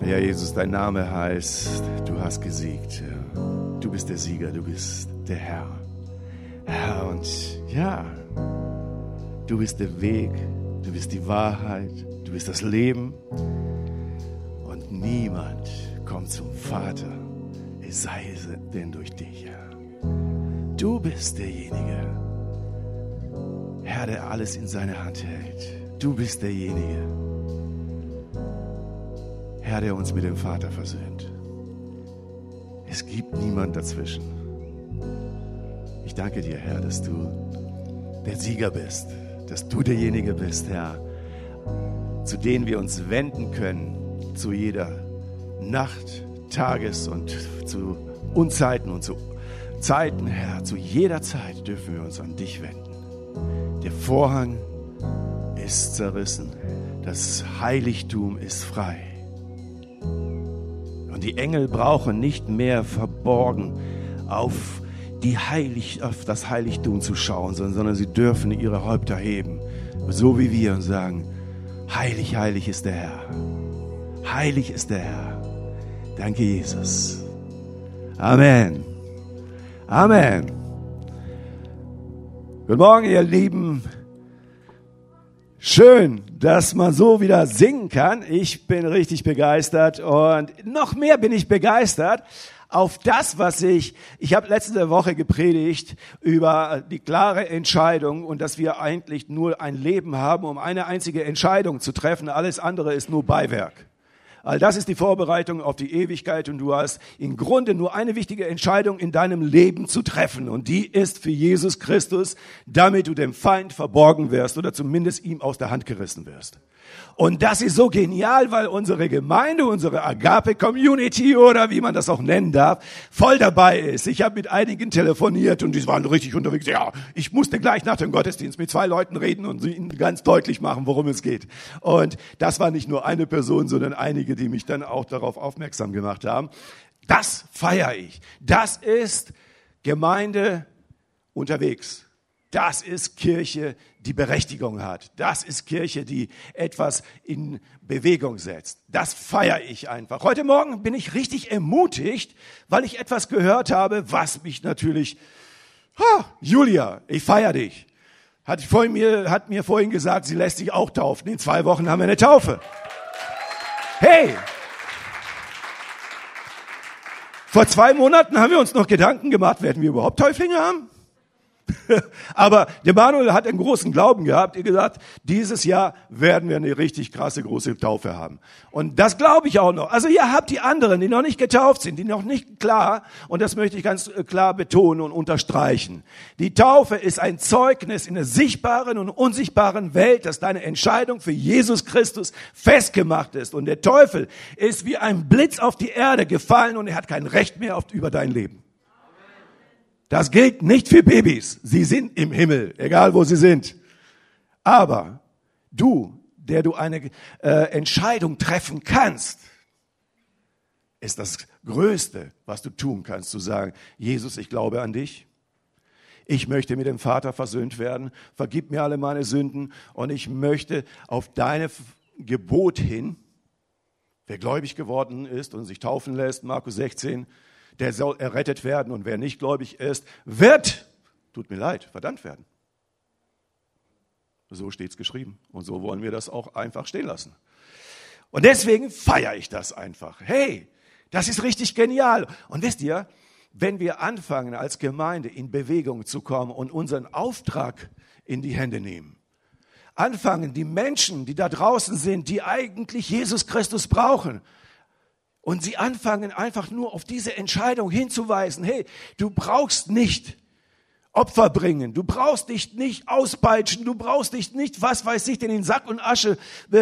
Ja, Jesus, dein Name heißt, du hast gesiegt. Du bist der Sieger, du bist der Herr. Herr, und ja, du bist der Weg, du bist die Wahrheit, du bist das Leben. Und niemand kommt zum Vater, es sei denn durch dich, Herr. Du bist derjenige, Herr, der alles in seine Hand hält. Du bist derjenige, Herr, der uns mit dem Vater versöhnt. Es gibt niemand dazwischen. Ich danke dir, Herr, dass du der Sieger bist, dass du derjenige bist, Herr, zu dem wir uns wenden können, zu jeder Nacht, Tages- und zu Unzeiten und zu Zeiten, Herr, zu jeder Zeit dürfen wir uns an dich wenden. Der Vorhang ist zerrissen, das Heiligtum ist frei. Und die Engel brauchen nicht mehr verborgen auf das Heiligtum zu schauen, sondern sie dürfen ihre Häupter heben, so wie wir, und sagen, heilig, heilig ist der Herr. Heilig ist der Herr. Danke, Jesus. Amen. Amen. Guten Morgen, ihr Lieben. Schön, dass man so wieder singen kann. Ich bin richtig begeistert und noch mehr bin ich begeistert auf das, was ich habe letzte Woche gepredigt über die klare Entscheidung und dass wir eigentlich nur ein Leben haben, um eine einzige Entscheidung zu treffen. Alles andere ist nur Beiwerk. All das ist die Vorbereitung auf die Ewigkeit und du hast im Grunde nur eine wichtige Entscheidung in deinem Leben zu treffen und die ist für Jesus Christus, damit du dem Feind verborgen wirst oder zumindest ihm aus der Hand gerissen wirst. Und das ist so genial, weil unsere Gemeinde, unsere Agape-Community oder wie man das auch nennen darf, voll dabei ist. Ich habe mit einigen telefoniert und die waren richtig unterwegs. Ja, ich musste gleich nach dem Gottesdienst mit 2 Leuten reden und ihnen ganz deutlich machen, worum es geht. Und das war nicht nur eine Person, sondern einige, die mich dann auch darauf aufmerksam gemacht haben. Das feiere ich. Das ist Gemeinde unterwegs. Das ist Kirche, die Berechtigung hat. Das ist Kirche, die etwas in Bewegung setzt. Das feiere ich einfach. Heute Morgen bin ich richtig ermutigt, weil ich etwas gehört habe, was mich natürlich... Julia, ich feiere dich. Hat mir vorhin gesagt, sie lässt sich auch taufen. In 2 Wochen haben wir eine Taufe. Hey! Vor 2 Monaten haben wir uns noch Gedanken gemacht, werden wir überhaupt Täuflinge haben? Aber der Manuel hat einen großen Glauben gehabt. Er hat gesagt, dieses Jahr werden wir eine richtig krasse, große Taufe haben. Und das glaube ich auch noch. Also ihr habt die anderen, die noch nicht getauft sind, die noch nicht klar, und das möchte ich ganz klar betonen und unterstreichen. Die Taufe ist ein Zeugnis in der sichtbaren und unsichtbaren Welt, dass deine Entscheidung für Jesus Christus festgemacht ist. Und der Teufel ist wie ein Blitz auf die Erde gefallen und er hat kein Recht mehr über dein Leben. Das gilt nicht für Babys. Sie sind im Himmel, egal wo sie sind. Aber du, der du eine Entscheidung treffen kannst, ist das Größte, was du tun kannst, zu sagen, Jesus, ich glaube an dich. Ich möchte mit dem Vater versöhnt werden. Vergib mir alle meine Sünden und ich möchte auf deine Gebot hin, wer gläubig geworden ist und sich taufen lässt, Markus 16, der soll errettet werden und wer nicht gläubig ist, wird, tut mir leid, verdammt werden. So steht es geschrieben und so wollen wir das auch einfach stehen lassen. Und deswegen feiere ich das einfach. Hey, das ist richtig genial. Und wisst ihr, wenn wir anfangen als Gemeinde in Bewegung zu kommen und unseren Auftrag in die Hände nehmen, anfangen die Menschen, die da draußen sind, die eigentlich Jesus Christus brauchen, und sie anfangen einfach nur auf diese Entscheidung hinzuweisen. Hey, du brauchst nicht Opfer bringen. Du brauchst dich nicht auspeitschen. Du brauchst dich nicht, was weiß ich, denn in Sack und Asche,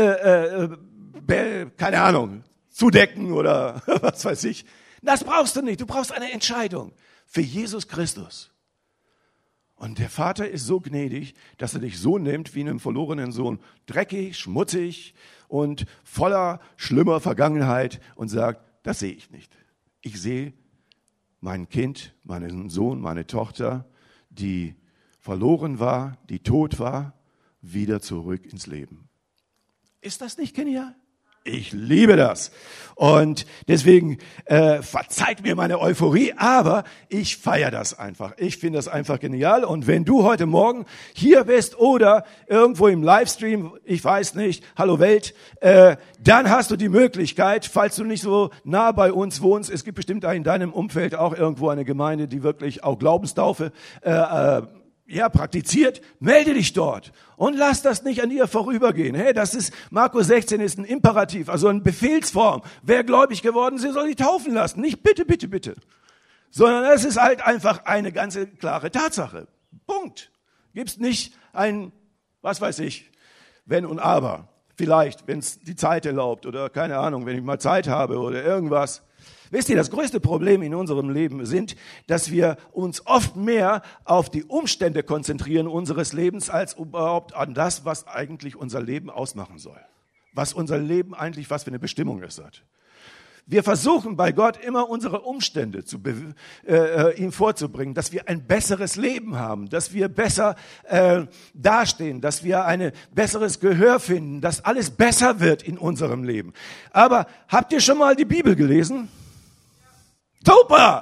keine Ahnung, zudecken oder was weiß ich. Das brauchst du nicht. Du brauchst eine Entscheidung für Jesus Christus. Und der Vater ist so gnädig, dass er dich so nimmt wie einen verlorenen Sohn. Dreckig, schmutzig und voller schlimmer Vergangenheit und sagt, das sehe ich nicht. Ich sehe mein Kind, meinen Sohn, meine Tochter, die verloren war, die tot war, wieder zurück ins Leben. Ist das nicht genial? Ich liebe das. Und deswegen verzeiht mir meine Euphorie, aber ich feiere das einfach. Ich finde das einfach genial. Und wenn du heute Morgen hier bist oder irgendwo im Livestream, ich weiß nicht, hallo Welt, dann hast du die Möglichkeit, falls du nicht so nah bei uns wohnst, es gibt bestimmt in deinem Umfeld auch irgendwo eine Gemeinde, die wirklich auch Glaubenstaufe praktiziert, melde dich dort und lass das nicht an dir vorübergehen. Hey, das ist, Markus 16 ist ein Imperativ, also eine Befehlsform. Wer gläubig geworden ist, soll sich taufen lassen. Nicht bitte, bitte, bitte. Sondern es ist halt einfach eine ganze klare Tatsache. Punkt. Gibt's nicht ein, was weiß ich, wenn und aber. Vielleicht, wenn es die Zeit erlaubt oder keine Ahnung, wenn ich mal Zeit habe oder irgendwas. Wisst ihr, das größte Problem in unserem Leben sind, dass wir uns oft mehr auf die Umstände konzentrieren unseres Lebens, als überhaupt an das, was eigentlich unser Leben ausmachen soll. Was unser Leben eigentlich, was für eine Bestimmung es hat. Wir versuchen bei Gott immer unsere Umstände ihm vorzubringen, dass wir ein besseres Leben haben, dass wir besser dastehen, dass wir ein besseres Gehör finden, dass alles besser wird in unserem Leben. Aber habt ihr schon mal die Bibel gelesen? Super!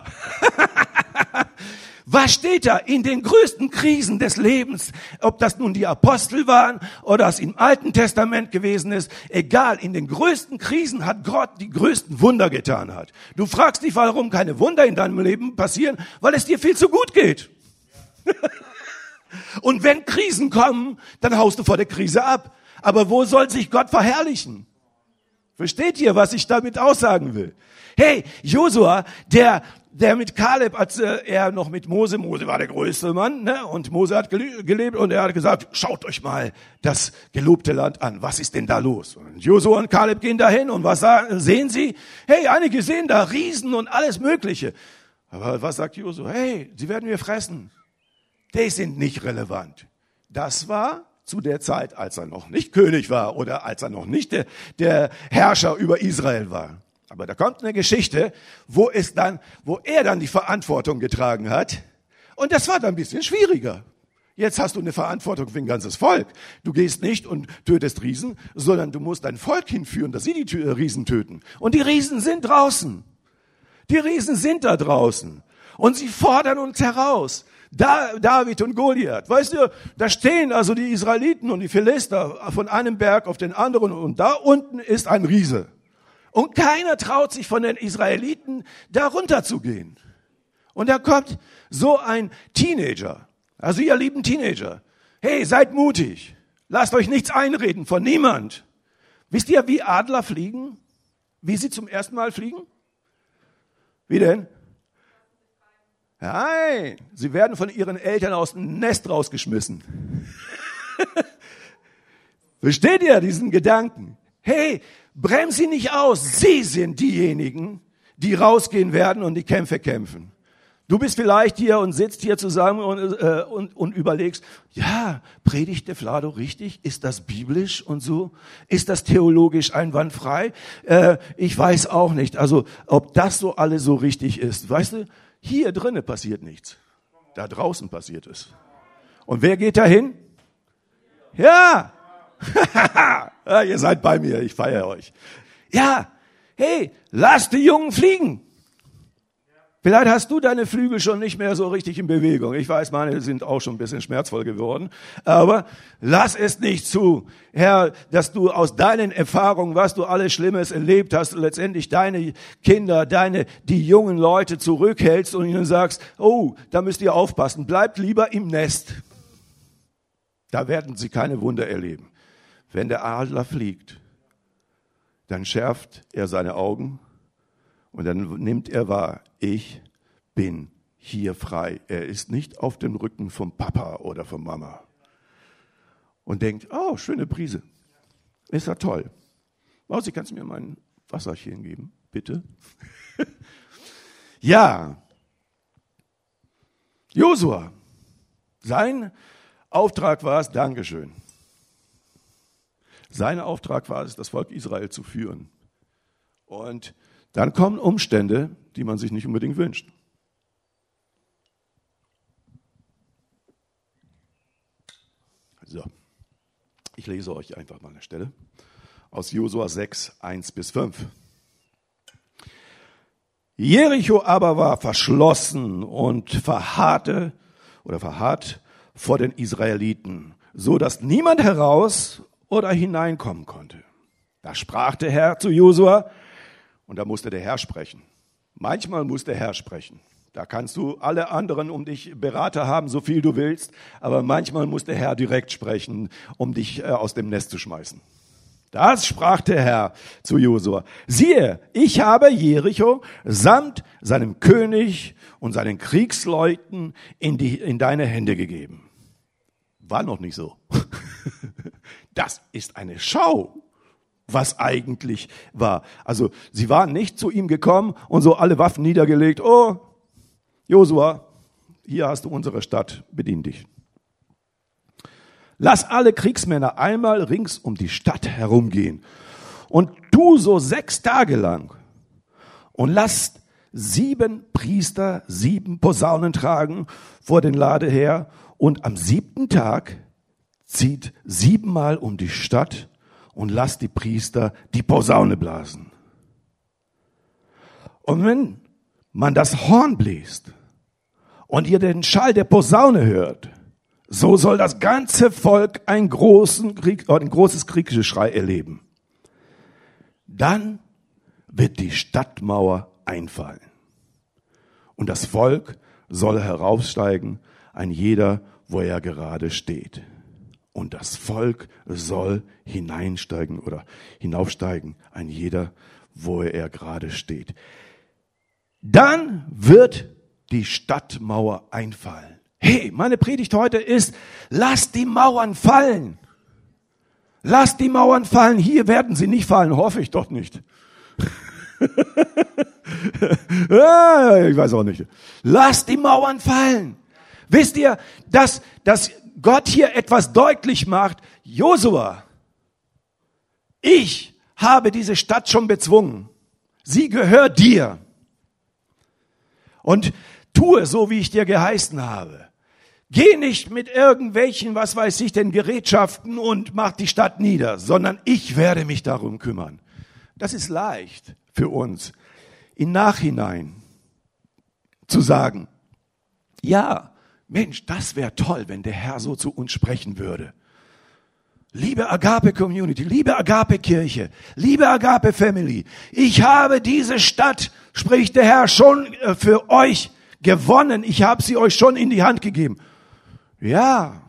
Was steht da in den größten Krisen des Lebens? Ob das nun die Apostel waren oder es im Alten Testament gewesen ist, egal, in den größten Krisen hat Gott die größten Wunder getan hat. Du fragst dich, warum keine Wunder in deinem Leben passieren, weil es dir viel zu gut geht. Und wenn Krisen kommen, dann haust du vor der Krise ab. Aber wo soll sich Gott verherrlichen? Versteht ihr, was ich damit aussagen will? Hey, Josua, der mit Kaleb, als er noch mit Mose war der größte Mann, ne? Und Mose hat gelebt und er hat gesagt, schaut euch mal das gelobte Land an. Was ist denn da los? Und Josua und Kaleb gehen dahin und was sehen sie? Hey, einige sehen da Riesen und alles Mögliche. Aber was sagt Josua? Hey, sie werden wir fressen. Die sind nicht relevant. Das war zu der Zeit, als er noch nicht König war oder als er noch nicht der Herrscher über Israel war. Aber da kommt eine Geschichte, wo er dann die Verantwortung getragen hat. Und das war dann ein bisschen schwieriger. Jetzt hast du eine Verantwortung für ein ganzes Volk. Du gehst nicht und tötest Riesen, sondern du musst dein Volk hinführen, dass sie die Riesen töten. Und die Riesen sind draußen. Die Riesen sind da draußen. Und sie fordern uns heraus. David und Goliath. Weißt du, da stehen also die Israeliten und die Philister von einem Berg auf den anderen und da unten ist ein Riese. Und keiner traut sich von den Israeliten, da runter zu gehen. Und da kommt so ein Teenager. Also ihr lieben Teenager. Hey, seid mutig. Lasst euch nichts einreden von niemand. Wisst ihr, wie Adler fliegen? Wie sie zum ersten Mal fliegen? Wie denn? Nein, sie werden von ihren Eltern aus dem Nest rausgeschmissen. Versteht ihr diesen Gedanken? Hey, bremst sie nicht aus. Sie sind diejenigen, die rausgehen werden und die Kämpfe kämpfen. Du bist vielleicht hier und sitzt hier zusammen und überlegst, ja, predigt der Flado richtig? Ist das biblisch und so? Ist das theologisch einwandfrei? Ich weiß auch nicht. Also, ob das so alles so richtig ist. Weißt du, hier drinnen passiert nichts. Da draußen passiert es. Und wer geht dahin? Ja! Ja, ihr seid bei mir, ich feiere euch. Ja, hey, lasst die Jungen fliegen. Vielleicht hast du deine Flügel schon nicht mehr so richtig in Bewegung. Ich weiß, meine sind auch schon ein bisschen schmerzvoll geworden. Aber lass es nicht zu, Herr, dass du aus deinen Erfahrungen, was du alles Schlimmes erlebt hast, letztendlich deine Kinder, die jungen Leute zurückhältst und ihnen sagst, oh, da müsst ihr aufpassen, bleibt lieber im Nest. Da werden sie keine Wunder erleben. Wenn der Adler fliegt, dann schärft er seine Augen und dann nimmt er wahr, ich bin hier frei. Er ist nicht auf dem Rücken vom Papa oder von Mama. Und denkt, oh, schöne Brise. Ist ja toll. Mausi, kannst du mir mein Wasserchen geben, bitte? Ja. Josua, sein Auftrag war es, Dankeschön. Sein Auftrag war es, das Volk Israel zu führen. Und dann kommen Umstände, die man sich nicht unbedingt wünscht. So, ich lese euch einfach mal eine Stelle aus Josua 6, 1-5. Jericho aber war verschlossen und verharrt vor den Israeliten, so dass niemand heraus oder hineinkommen konnte. Da sprach der Herr zu Josua, und da musste der Herr sprechen. Manchmal muss der Herr sprechen. Da kannst du alle anderen um dich Berater haben, so viel du willst, aber manchmal muss der Herr direkt sprechen, um dich aus dem Nest zu schmeißen. Das sprach der Herr zu Josua. Siehe, ich habe Jericho samt seinem König und seinen Kriegsleuten in deine Hände gegeben. War noch nicht so. Das ist eine Schau, was eigentlich war. Also sie waren nicht zu ihm gekommen und so alle Waffen niedergelegt. Oh, Josua, hier hast du unsere Stadt, bedien dich. Lass alle Kriegsmänner einmal rings um die Stadt herumgehen und tu so 6 Tage lang und lasst 7 Priester 7 Posaunen tragen vor den Lade her und am 7. Tag zieht 7-mal um die Stadt und lasst die Priester die Posaune blasen. Und wenn man das Horn bläst und ihr den Schall der Posaune hört, so soll das ganze Volk ein großes Kriegsgeschrei erleben. Dann wird die Stadtmauer einfallen. Und das Volk soll heraufsteigen, ein jeder, wo er gerade steht. Und das Volk soll hineinsteigen oder hinaufsteigen, ein jeder, wo er gerade steht. Dann wird die Stadtmauer einfallen. Hey, meine Predigt heute ist, lasst die Mauern fallen. Lasst die Mauern fallen. Hier werden sie nicht fallen, hoffe ich doch nicht. Ich weiß auch nicht. Lasst die Mauern fallen. Wisst ihr, dass Gott hier etwas deutlich macht? Josua, ich habe diese Stadt schon bezwungen. Sie gehört dir. Und tue so, wie ich dir geheißen habe. Geh nicht mit irgendwelchen, was weiß ich denn, Gerätschaften und mach die Stadt nieder, sondern ich werde mich darum kümmern. Das ist leicht für uns, im Nachhinein zu sagen, ja, Mensch, das wäre toll, wenn der Herr so zu uns sprechen würde. Liebe Agape Community, liebe Agape Kirche, liebe Agape Family, ich habe diese Stadt, spricht der Herr, schon für euch gewonnen. Ich habe sie euch schon in die Hand gegeben. Ja,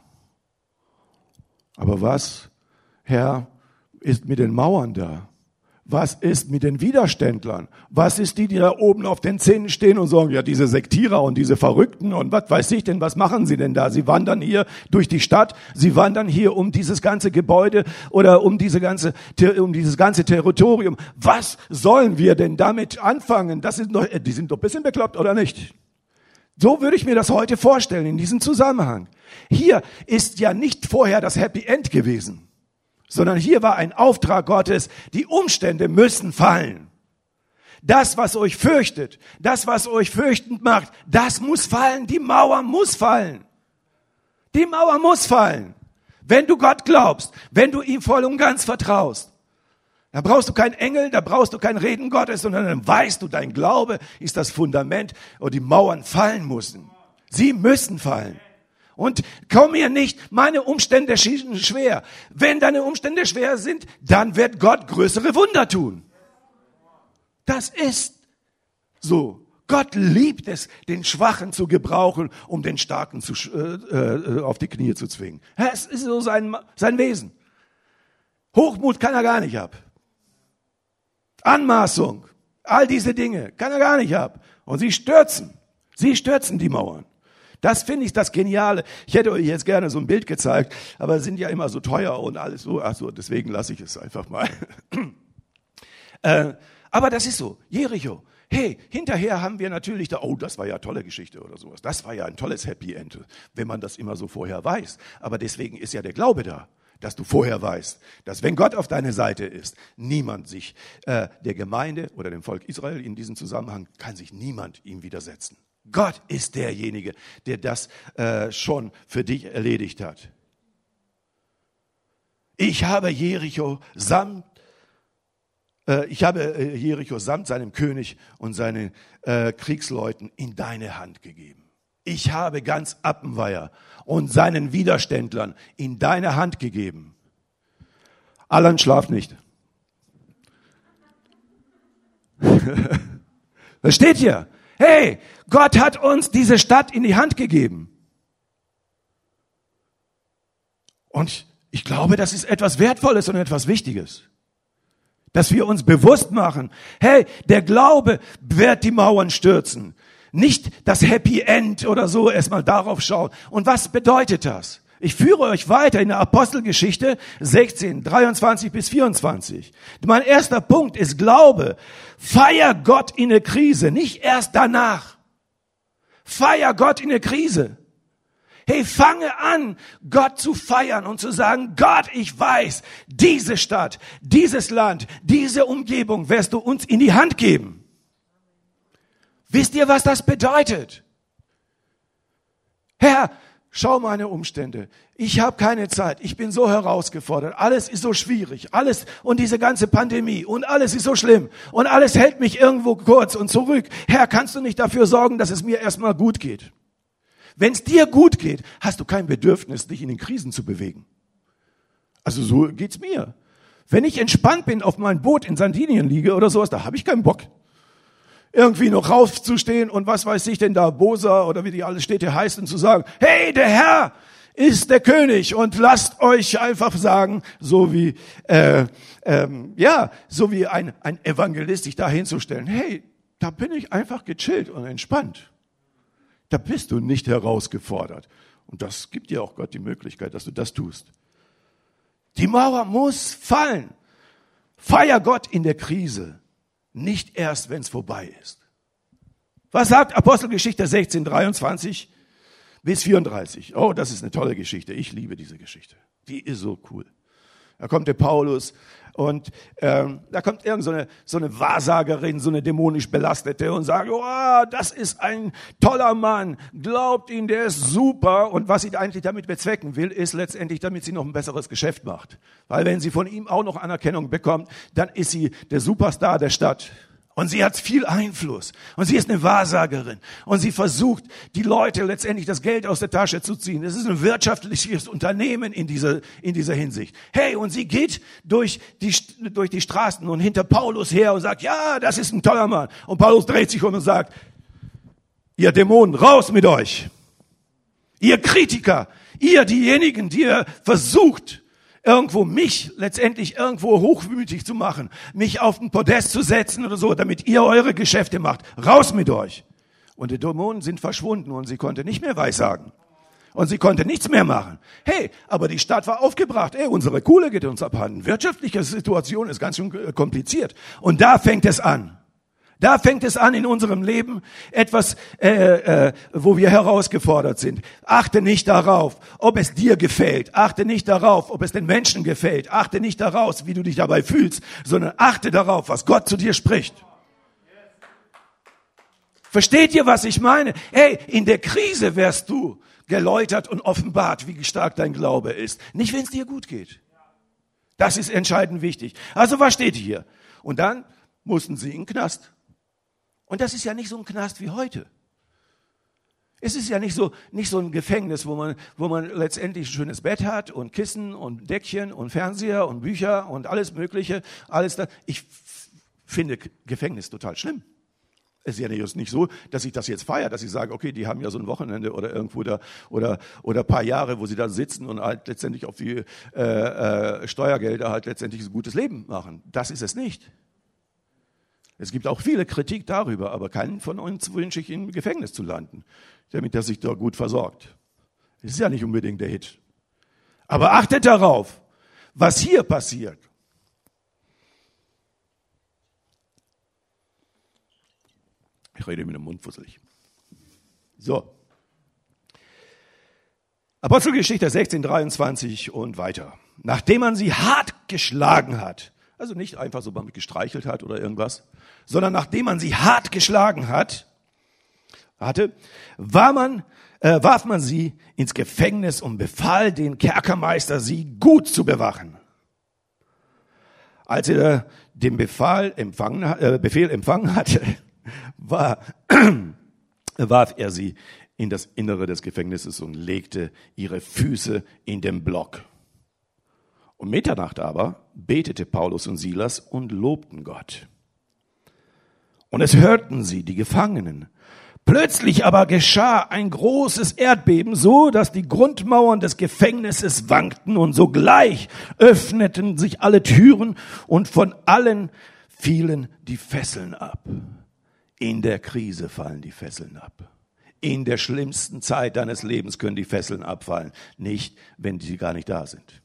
aber was, Herr, ist mit den Mauern da? Was ist mit den Widerständlern? Was ist die da oben auf den Zähnen stehen und sagen, ja, diese Sektierer und diese Verrückten und was weiß ich denn, was machen sie denn da? Sie wandern hier durch die Stadt, sie wandern hier um dieses ganze Gebäude oder um dieses ganze Territorium. Was sollen wir denn damit anfangen? Die sind doch ein bisschen bekloppt, oder nicht? So würde ich mir das heute vorstellen, in diesem Zusammenhang. Hier ist ja nicht vorher das Happy End gewesen, sondern hier war ein Auftrag Gottes, die Umstände müssen fallen. Das, was euch fürchtet, das, was euch fürchtend macht, das muss fallen, die Mauer muss fallen. Die Mauer muss fallen. Wenn du Gott glaubst, wenn du ihm voll und ganz vertraust, da brauchst du keinen Engel, da brauchst du kein Reden Gottes, sondern dann weißt du, dein Glaube ist das Fundament und die Mauern fallen müssen. Sie müssen fallen. Und komm mir nicht, meine Umstände sind schwer. Wenn deine Umstände schwer sind, dann wird Gott größere Wunder tun. Das ist so. Gott liebt es, den Schwachen zu gebrauchen, um den Starken auf die Knie zu zwingen. Es ist so sein Wesen. Hochmut kann er gar nicht ab. Anmaßung, all diese Dinge kann er gar nicht ab. Und sie stürzen die Mauern. Das finde ich das Geniale. Ich hätte euch jetzt gerne so ein Bild gezeigt, aber sind ja immer so teuer und alles so. Ach so, deswegen lasse ich es einfach mal. Aber das ist so, Jericho. Hey, hinterher haben wir natürlich das war ja eine tolle Geschichte oder sowas. Das war ja ein tolles Happy End, wenn man das immer so vorher weiß. Aber deswegen ist ja der Glaube da, dass du vorher weißt, dass wenn Gott auf deiner Seite ist, niemand sich der Gemeinde oder dem Volk Israel in diesem Zusammenhang, kann sich niemand ihm widersetzen. Gott ist derjenige, der das schon für dich erledigt hat. Ich habe Jericho samt ich habe Jericho samt seinem König und seinen Kriegsleuten in deine Hand gegeben. Ich habe ganz Appenweier und seinen Widerständlern in deine Hand gegeben. Alan, schlaf nicht. Was steht hier? Hey, Gott hat uns diese Stadt in die Hand gegeben. Und ich glaube, das ist etwas Wertvolles und etwas Wichtiges. Dass wir uns bewusst machen, hey, der Glaube wird die Mauern stürzen. Nicht das Happy End oder so, erstmal darauf schauen. Und was bedeutet das? Ich führe euch weiter in der Apostelgeschichte 16, 23 bis 24. Mein erster Punkt ist Glaube. Feier Gott in der Krise, nicht erst danach. Feier Gott in der Krise. Hey, fange an, Gott zu feiern und zu sagen, Gott, ich weiß, diese Stadt, dieses Land, diese Umgebung wirst du uns in die Hand geben. Wisst ihr, was das bedeutet? Herr, schau meine Umstände. Ich habe keine Zeit. Ich bin so herausgefordert. Alles ist so schwierig. Alles und diese ganze Pandemie und alles ist so schlimm. Und alles hält mich irgendwo kurz und zurück. Herr, kannst du nicht dafür sorgen, dass es mir erstmal gut geht? Wenn es dir gut geht, hast du kein Bedürfnis, dich in den Krisen zu bewegen. Also so geht's mir. Wenn ich entspannt bin, auf meinem Boot in Sardinien liege oder sowas, da habe ich keinen Bock. Irgendwie noch raufzustehen und was weiß ich denn da, Bosa oder wie die alle Städte heißen, zu sagen, hey, der Herr ist der König und lasst euch einfach sagen, so wie so wie ein Evangelist sich da hinzustellen, hey, da bin ich einfach gechillt und entspannt. Da bist du nicht herausgefordert. Und das gibt dir auch Gott die Möglichkeit, dass du das tust. Die Mauer muss fallen. Feier Gott in der Krise. Nicht erst, wenn es vorbei ist. Was sagt Apostelgeschichte 16, 23 bis 34? Oh, das ist eine tolle Geschichte. Ich liebe diese Geschichte. Die ist so cool. Da kommt der Paulus und da kommt irgend so eine Wahrsagerin, so eine dämonisch Belastete und sagt, oh, das ist ein toller Mann, glaubt ihn, der ist super. Und was sie eigentlich damit bezwecken will, ist letztendlich, damit sie noch ein besseres Geschäft macht. Weil wenn sie von ihm auch noch Anerkennung bekommt, dann ist sie der Superstar der Stadt. Und sie hat viel Einfluss. Und sie ist eine Wahrsagerin. Und sie versucht, die Leute letztendlich das Geld aus der Tasche zu ziehen. Es ist ein wirtschaftliches Unternehmen in dieser Hinsicht. Hey, und sie geht durch die Straßen und hinter Paulus her und sagt, ja, das ist ein toller Mann. Und Paulus dreht sich um und sagt, ihr Dämonen, raus mit euch. Ihr Kritiker, ihr diejenigen, die ihr versucht, mich letztendlich irgendwo hochmütig zu machen, mich auf den Podest zu setzen oder so, damit ihr eure Geschäfte macht. Raus mit euch. Und die Dämonen sind verschwunden und sie konnte nicht mehr weissagen. Und sie konnte nichts mehr machen. Hey, aber die Stadt war aufgebracht. Hey, unsere Kohle geht uns abhanden. Wirtschaftliche Situation ist ganz schön kompliziert. Und da fängt es an. Da fängt es an in unserem Leben, etwas, wo wir herausgefordert sind. Achte nicht darauf, ob es dir gefällt. Achte nicht darauf, ob es den Menschen gefällt. Achte nicht darauf, wie du dich dabei fühlst, sondern achte darauf, was Gott zu dir spricht. Versteht ihr, was ich meine? Hey, in der Krise wirst du geläutert und offenbart, wie stark dein Glaube ist. Nicht, wenn es dir gut geht. Das ist entscheidend wichtig. Also was steht hier? Und dann mussten sie in den Knast. Und das ist ja nicht so ein Knast wie heute. Es ist ja nicht so ein Gefängnis, wo man letztendlich ein schönes Bett hat und Kissen und Deckchen und Fernseher und Bücher und alles Mögliche, alles da. Ich finde Gefängnis total schlimm. Es ist ja nicht so, dass ich das jetzt feiere, dass ich sage, okay, die haben ja so ein Wochenende oder irgendwo da oder ein paar Jahre, wo sie da sitzen und halt letztendlich auf die Steuergelder halt letztendlich ein gutes Leben machen. Das ist es nicht. Es gibt auch viele Kritik darüber, aber keinen von uns wünsche ich, im Gefängnis zu landen, damit er sich da gut versorgt. Das ist ja nicht unbedingt der Hit. Aber achtet darauf, was hier passiert. Ich rede mit dem Mund fusselig. So. Apostelgeschichte 16, 23 und weiter. Nachdem man sie hart geschlagen hat, also nicht einfach so damit gestreichelt hat oder irgendwas, sondern nachdem man sie hart geschlagen warf man sie ins Gefängnis und befahl den Kerkermeister, sie gut zu bewachen. Als er den Befehl empfangen hatte, warf er sie in das Innere des Gefängnisses und legte ihre Füße in den Block. Um Mitternacht aber betete Paulus und Silas und lobten Gott. Und es hörten sie, die Gefangenen. Plötzlich aber geschah ein großes Erdbeben, so dass die Grundmauern des Gefängnisses wankten und sogleich öffneten sich alle Türen und von allen fielen die Fesseln ab. In der Krise fallen die Fesseln ab. In der schlimmsten Zeit deines Lebens können die Fesseln abfallen, nicht, wenn sie gar nicht da sind.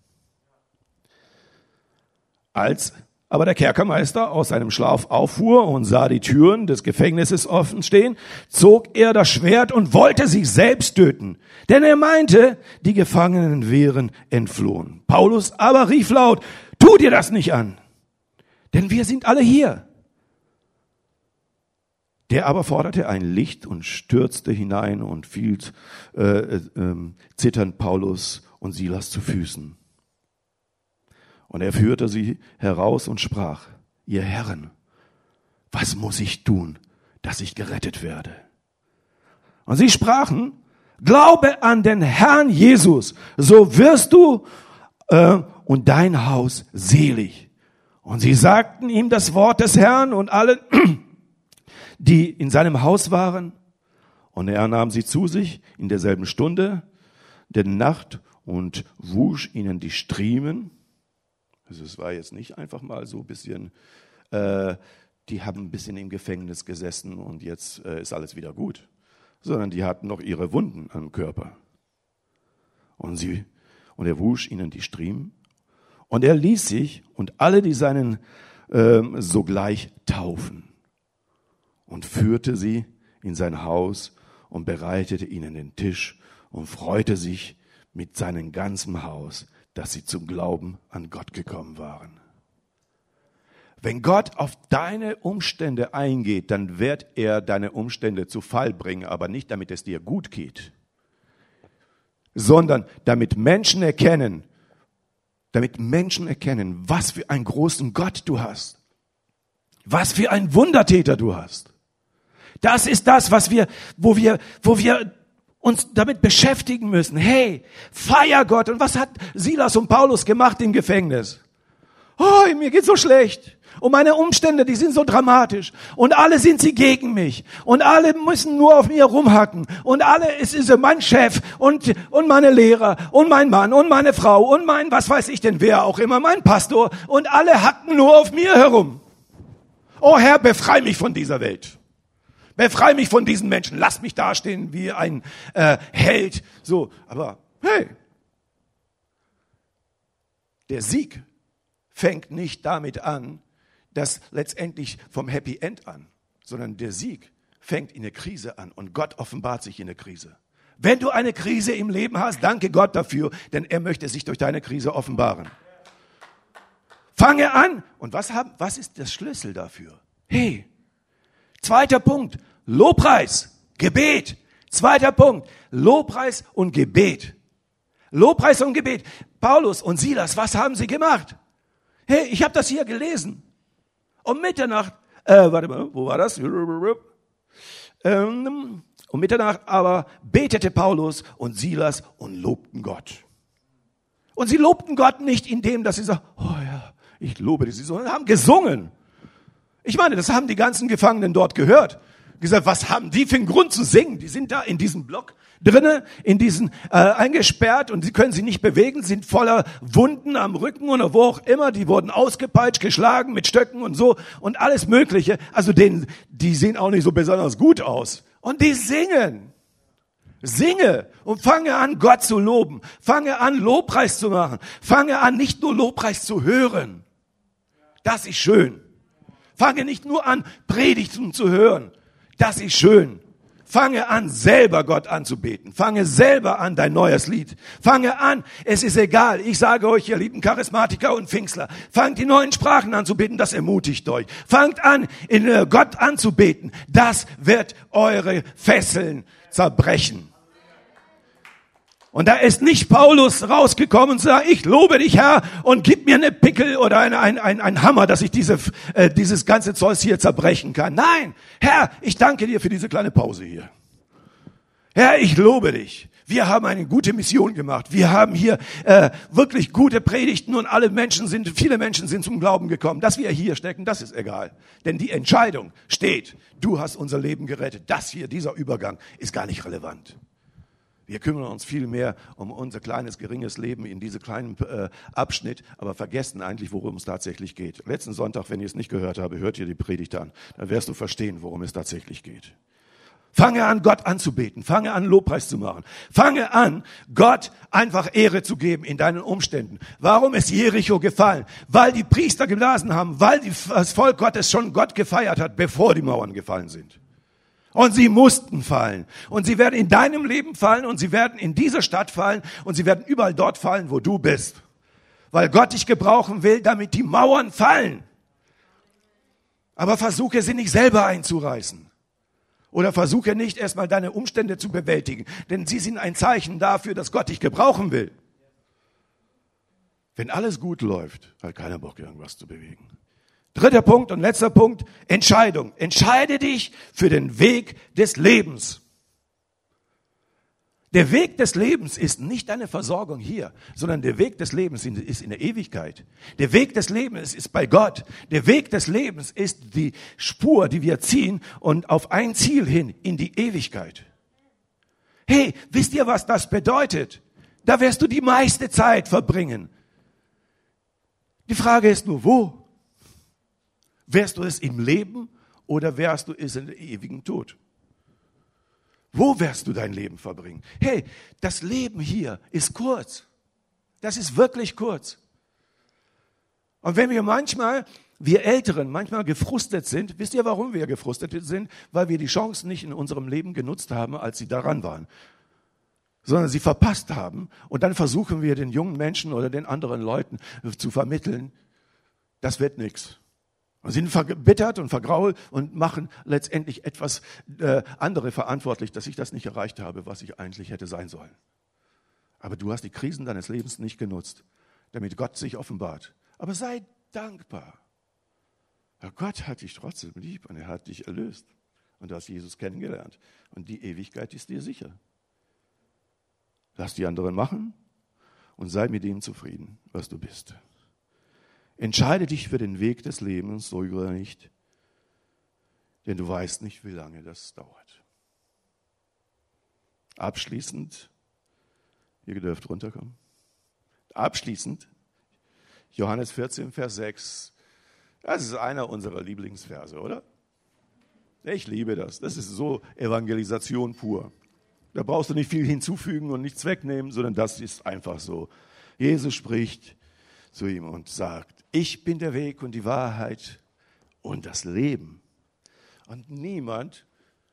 Als aber der Kerkermeister aus seinem Schlaf auffuhr und sah die Türen des Gefängnisses offen stehen, zog er das Schwert und wollte sich selbst töten. Denn er meinte, die Gefangenen wären entflohen. Paulus aber rief laut, tu dir das nicht an, denn wir sind alle hier. Der aber forderte ein Licht und stürzte hinein und fiel zitternd Paulus und Silas zu Füßen. Und er führte sie heraus und sprach, ihr Herren, was muss ich tun, dass ich gerettet werde? Und sie sprachen, glaube an den Herrn Jesus, so wirst du und dein Haus selig. Und sie sagten ihm das Wort des Herrn und alle, die in seinem Haus waren. Und er nahm sie zu sich in derselben Stunde der Nacht und wusch ihnen die Striemen. Also es war jetzt nicht einfach mal so ein bisschen, die haben ein bisschen im Gefängnis gesessen und jetzt ist alles wieder gut, sondern die hatten noch ihre Wunden am Körper. Und er wusch ihnen die Striemen und er ließ sich und alle, die seinen sogleich taufen und führte sie in sein Haus und bereitete ihnen den Tisch und freute sich mit seinem ganzen Haus, dass sie zum Glauben an Gott gekommen waren. Wenn Gott auf deine Umstände eingeht, dann wird er deine Umstände zu Fall bringen, aber nicht damit es dir gut geht, sondern damit Menschen erkennen, was für einen großen Gott du hast, was für einen Wundertäter du hast. Das ist das, wo wir uns damit beschäftigen müssen. Hey, feier Gott. Und was hat Silas und Paulus gemacht im Gefängnis? Oh, mir geht's so schlecht. Und meine Umstände, die sind so dramatisch. Und alle sind sie gegen mich. Und alle müssen nur auf mir rumhacken. Und es ist mein Chef und meine Lehrer und mein Mann und meine Frau und mein, was weiß ich denn, wer auch immer, mein Pastor. Und alle hacken nur auf mir herum. Oh Herr, befrei mich von dieser Welt. Befrei mich von diesen Menschen. Lass mich dastehen wie ein Held. So, aber hey, der Sieg fängt nicht damit an, dass letztendlich vom Happy End an, sondern der Sieg fängt in der Krise an und Gott offenbart sich in der Krise. Wenn du eine Krise im Leben hast, danke Gott dafür, denn er möchte sich durch deine Krise offenbaren. Fange an. Und was ist der Schlüssel dafür? Hey, zweiter Punkt, Lobpreis, Gebet. Zweiter Punkt, Lobpreis und Gebet. Lobpreis und Gebet. Paulus und Silas, was haben sie gemacht? Hey, ich habe das hier gelesen. Um Mitternacht, wo war das? Um Mitternacht aber betete Paulus und Silas und lobten Gott. Und sie lobten Gott nicht indem, dass sie sagen, oh ja, ich lobe dich, sondern haben gesungen. Ich meine, das haben die ganzen Gefangenen dort gehört. Gesagt, was haben die für einen Grund zu singen? Die sind da in diesem Block drinne, in diesen eingesperrt und sie können sich nicht bewegen, sind voller Wunden am Rücken oder wo auch immer. Die wurden ausgepeitscht, geschlagen mit Stöcken und so und alles Mögliche. Also die sehen auch nicht so besonders gut aus. Und die singen. Singe und fange an, Gott zu loben. Fange an, Lobpreis zu machen. Fange an, nicht nur Lobpreis zu hören. Das ist schön. Fange nicht nur an, Predigten zu hören. Das ist schön. Fange an, selber Gott anzubeten. Fange selber an, dein neues Lied. Fange an, es ist egal. Ich sage euch, ihr lieben Charismatiker und Pfingstler, fangt die neuen Sprachen an zu beten, das ermutigt euch. Fangt an, in Gott anzubeten. Das wird eure Fesseln zerbrechen. Und da ist nicht Paulus rausgekommen und sagt, ich lobe dich, Herr, und gib mir eine Pickel oder ein Hammer, dass ich dieses ganze Zeugs hier zerbrechen kann. Nein, Herr, ich danke dir für diese kleine Pause hier. Herr, ich lobe dich. Wir haben eine gute Mission gemacht. Wir haben hier wirklich gute Predigten und viele Menschen sind zum Glauben gekommen. Dass wir hier stecken, das ist egal. Denn die Entscheidung steht. Du hast unser Leben gerettet. Dieser Übergang ist gar nicht relevant. Wir kümmern uns viel mehr um unser kleines, geringes Leben in diesem kleinen Abschnitt, aber vergessen eigentlich, worum es tatsächlich geht. Letzten Sonntag, wenn ihr es nicht gehört habt, hört ihr die Predigt an. Dann wirst du verstehen, worum es tatsächlich geht. Fange an, Gott anzubeten. Fange an, Lobpreis zu machen. Fange an, Gott einfach Ehre zu geben in deinen Umständen. Warum ist Jericho gefallen? Weil die Priester geblasen haben, weil das Volk Gottes schon Gott gefeiert hat, bevor die Mauern gefallen sind. Und sie mussten fallen. Und sie werden in deinem Leben fallen und sie werden in dieser Stadt fallen und sie werden überall dort fallen, wo du bist. Weil Gott dich gebrauchen will, damit die Mauern fallen. Aber versuche sie nicht selber einzureißen. Oder versuche nicht erstmal deine Umstände zu bewältigen. Denn sie sind ein Zeichen dafür, dass Gott dich gebrauchen will. Wenn alles gut läuft, hat keiner Bock, irgendwas zu bewegen. Dritter Punkt und letzter Punkt, Entscheidung. Entscheide dich für den Weg des Lebens. Der Weg des Lebens ist nicht deine Versorgung hier, sondern der Weg des Lebens ist in der Ewigkeit. Der Weg des Lebens ist bei Gott. Der Weg des Lebens ist die Spur, die wir ziehen und auf ein Ziel hin, in die Ewigkeit. Hey, wisst ihr, was das bedeutet? Da wirst du die meiste Zeit verbringen. Die Frage ist nur, wo? Wärst du es im Leben oder wärst du es im ewigen Tod? Wo wirst du dein Leben verbringen? Hey, das Leben hier ist kurz. Das ist wirklich kurz. Und wenn wir Älteren manchmal gefrustet sind, wisst ihr, warum wir gefrustet sind? Weil wir die Chancen nicht in unserem Leben genutzt haben, als sie daran waren, sondern sie verpasst haben. Und dann versuchen wir den jungen Menschen oder den anderen Leuten zu vermitteln, das wird nichts. Und sind verbittert und vergrault und machen letztendlich etwas andere verantwortlich, dass ich das nicht erreicht habe, was ich eigentlich hätte sein sollen. Aber du hast die Krisen deines Lebens nicht genutzt, damit Gott sich offenbart. Aber sei dankbar. Ja, Gott hat dich trotzdem lieb und er hat dich erlöst. Und du hast Jesus kennengelernt. Und die Ewigkeit ist dir sicher. Lass die anderen machen und sei mit dem zufrieden, was du bist. Entscheide dich für den Weg des Lebens, zögere nicht, denn du weißt nicht, wie lange das dauert. Abschließend, ihr dürft runterkommen. Abschließend, Johannes 14, Vers 6, das ist einer unserer Lieblingsverse, oder? Ich liebe das. Das ist so Evangelisation pur. Da brauchst du nicht viel hinzufügen und nichts wegnehmen, sondern das ist einfach so. Jesus spricht zu ihm und sagt, ich bin der Weg und die Wahrheit und das Leben. Und niemand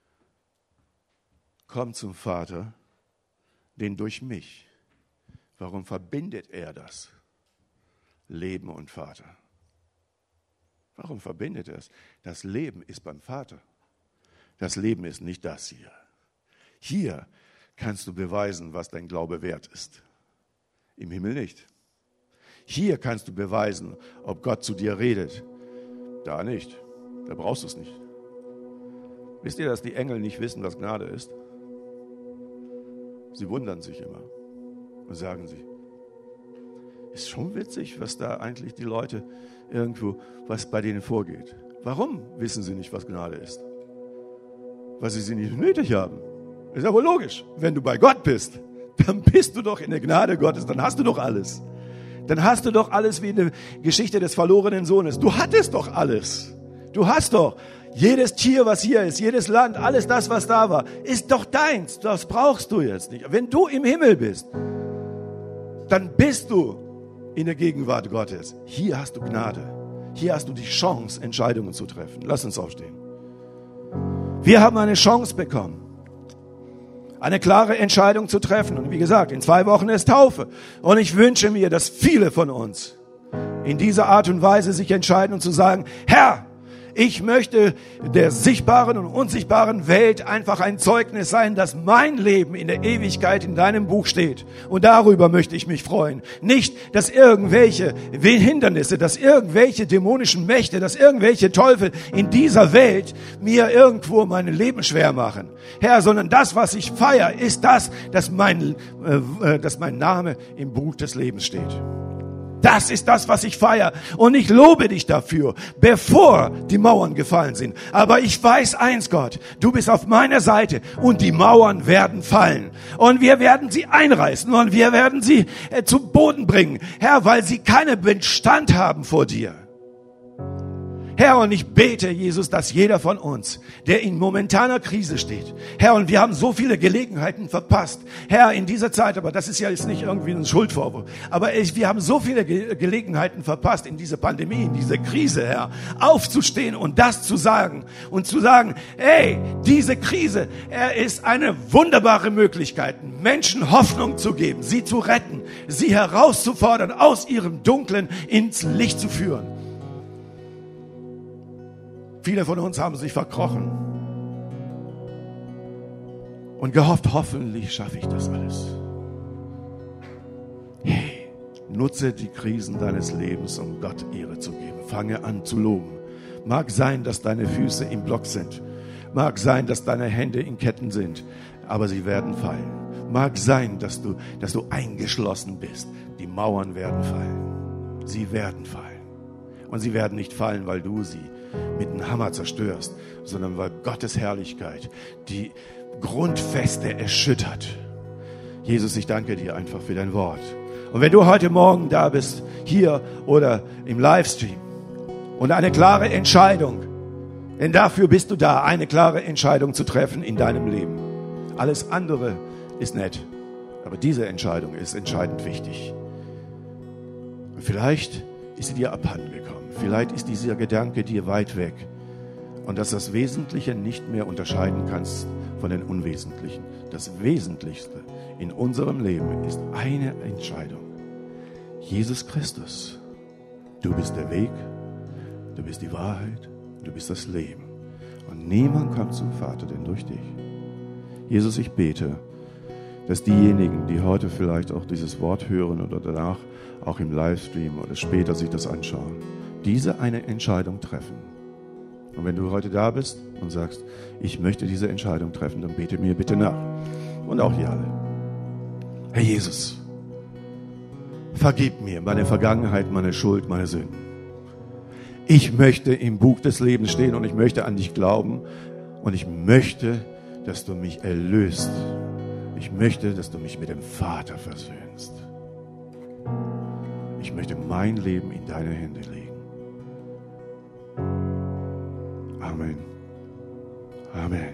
kommt zum Vater, denn durch mich. Warum verbindet er das? Leben und Vater. Warum verbindet er es? Das Leben ist beim Vater. Das Leben ist nicht das hier. Hier kannst du beweisen, was dein Glaube wert ist. Im Himmel nicht. Hier kannst du beweisen, ob Gott zu dir redet. Da nicht. Da brauchst du es nicht. Wisst ihr, dass die Engel nicht wissen, was Gnade ist? Sie wundern sich immer und sagen sie, ist schon witzig, was da eigentlich die Leute irgendwo, was bei denen vorgeht. Warum wissen sie nicht, was Gnade ist? Weil sie nicht nötig haben. Ist ja wohl logisch. Wenn du bei Gott bist, dann bist du doch in der Gnade Gottes, dann hast du doch alles. Dann hast du doch alles wie in der Geschichte des verlorenen Sohnes. Du hattest doch alles. Du hast doch jedes Tier, was hier ist, jedes Land, alles das, was da war, ist doch deins. Das brauchst du jetzt nicht. Wenn du im Himmel bist, dann bist du in der Gegenwart Gottes. Hier hast du Gnade. Hier hast du die Chance, Entscheidungen zu treffen. Lass uns aufstehen. Wir haben eine Chance bekommen, eine klare Entscheidung zu treffen. Und wie gesagt, in 2 Wochen ist Taufe. Und ich wünsche mir, dass viele von uns in dieser Art und Weise sich entscheiden und zu sagen, Herr, Ich möchte der sichtbaren und unsichtbaren Welt einfach ein Zeugnis sein, dass mein Leben in der Ewigkeit in deinem Buch steht. Und darüber möchte ich mich freuen. Nicht, dass irgendwelche Hindernisse, dass irgendwelche dämonischen Mächte, dass irgendwelche Teufel in dieser Welt mir irgendwo mein Leben schwer machen. Herr, sondern das, was ich feiere, ist das, dass mein Name im Buch des Lebens steht. Das ist das, was ich feiere. Und ich lobe dich dafür, bevor die Mauern gefallen sind. Aber ich weiß eins, Gott, du bist auf meiner Seite und die Mauern werden fallen. Und wir werden sie einreißen und wir werden sie zu Boden bringen. Herr, weil sie keinen Bestand haben vor dir. Herr, und ich bete, Jesus, dass jeder von uns, der in momentaner Krise steht, Herr, und wir haben so viele Gelegenheiten verpasst, Herr, in dieser Zeit, aber das ist ja jetzt nicht irgendwie ein Schuldvorwurf, aber wir haben so viele Gelegenheiten verpasst in dieser Pandemie, in dieser Krise, Herr, aufzustehen und das zu sagen und zu sagen, hey, diese Krise, ist eine wunderbare Möglichkeit, Menschen Hoffnung zu geben, sie zu retten, sie herauszufordern, aus ihrem Dunklen ins Licht zu führen. Viele von uns haben sich verkrochen und gehofft, hoffentlich schaffe ich das alles. Hey, nutze die Krisen deines Lebens, um Gott Ehre zu geben. Fange an zu loben. Mag sein, dass deine Füße im Block sind. Mag sein, dass deine Hände in Ketten sind, aber sie werden fallen. Mag sein, dass du eingeschlossen bist. Die Mauern werden fallen. Sie werden fallen. Und sie werden nicht fallen, weil du sie mit einem Hammer zerstörst, sondern weil Gottes Herrlichkeit die Grundfeste erschüttert. Jesus, ich danke dir einfach für dein Wort. Und wenn du heute Morgen da bist, hier oder im Livestream, und eine klare Entscheidung, denn dafür bist du da, eine klare Entscheidung zu treffen in deinem Leben. Alles andere ist nett, aber diese Entscheidung ist entscheidend wichtig. Und vielleicht ist sie dir abhanden gekommen. Vielleicht ist dieser Gedanke dir weit weg und dass das Wesentliche nicht mehr unterscheiden kannst von den Unwesentlichen. Das Wesentlichste in unserem Leben ist eine Entscheidung. Jesus Christus, du bist der Weg, du bist die Wahrheit, du bist das Leben. Und niemand kommt zum Vater denn durch dich. Jesus, ich bete, dass diejenigen, die heute vielleicht auch dieses Wort hören oder danach auch im Livestream oder später sich das anschauen, diese eine Entscheidung treffen. Und wenn du heute da bist und sagst, ich möchte diese Entscheidung treffen, dann bete mir bitte nach. Und auch ihr alle. Herr Jesus, vergib mir meine Vergangenheit, meine Schuld, meine Sünden. Ich möchte im Buch des Lebens stehen und ich möchte an dich glauben und ich möchte, dass du mich erlöst. Ich möchte, dass du mich mit dem Vater versöhnst. Ich möchte mein Leben in deine Hände legen. Amen. Amen.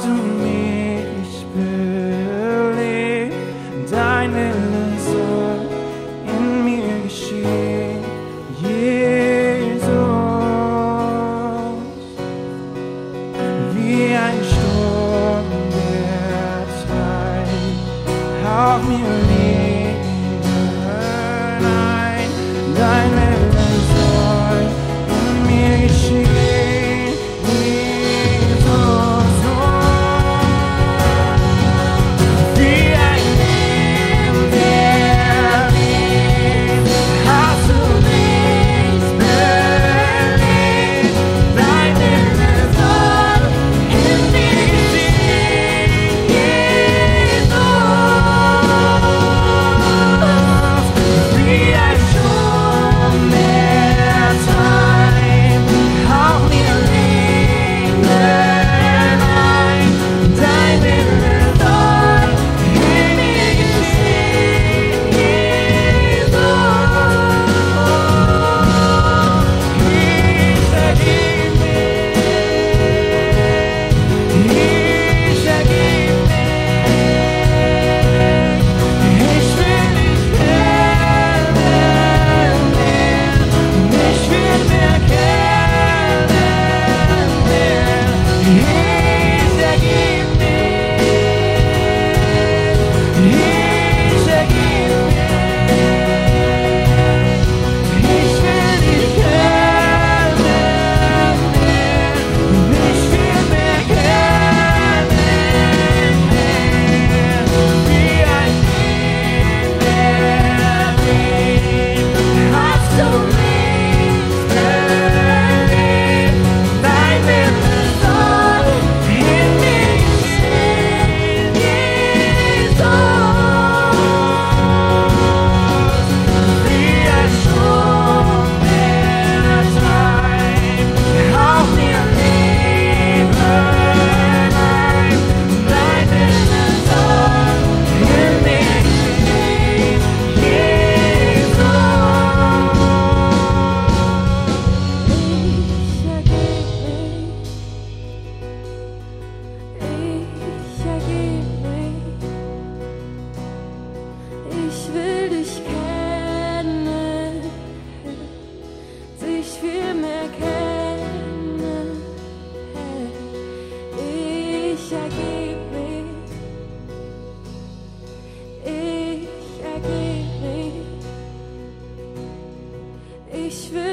du mich belebst. Dein Wille soll in mir geschehen, Jesus. Wie ein Sturm, der treibt, hauch mir Leben ein. Dein Wille soll in mir geschehen, Jesus. Wie ein Leben, der lebt, hast du mich belebt. Dein Wille soll in mir geschehen, Jesus. Wie ein Sturm, der treibt, hauch mir Leben ein. Dein Wille soll in mir geschehen, Jesus. Ich ergib mich, ich ergib mich. Ich will dich kennenlernen, ich will mehr kennenlernen. Ich ergib mich, ich ergib mich. Ich will dich kennenlernen, ich will mehr kennenlernen. Wie ein Leben, der lebt, hast du mich belebt. Dein Wille soll in mir geschehen, Jesus. Wie ein Sturm, der treibt, hauch mir Leben ein. Dein Wille soll in mir geschehen, Jesus. Ich will dich kennen, dich viel mehr kennen. Ich ergeb mich, ich ergeb mich. Ich will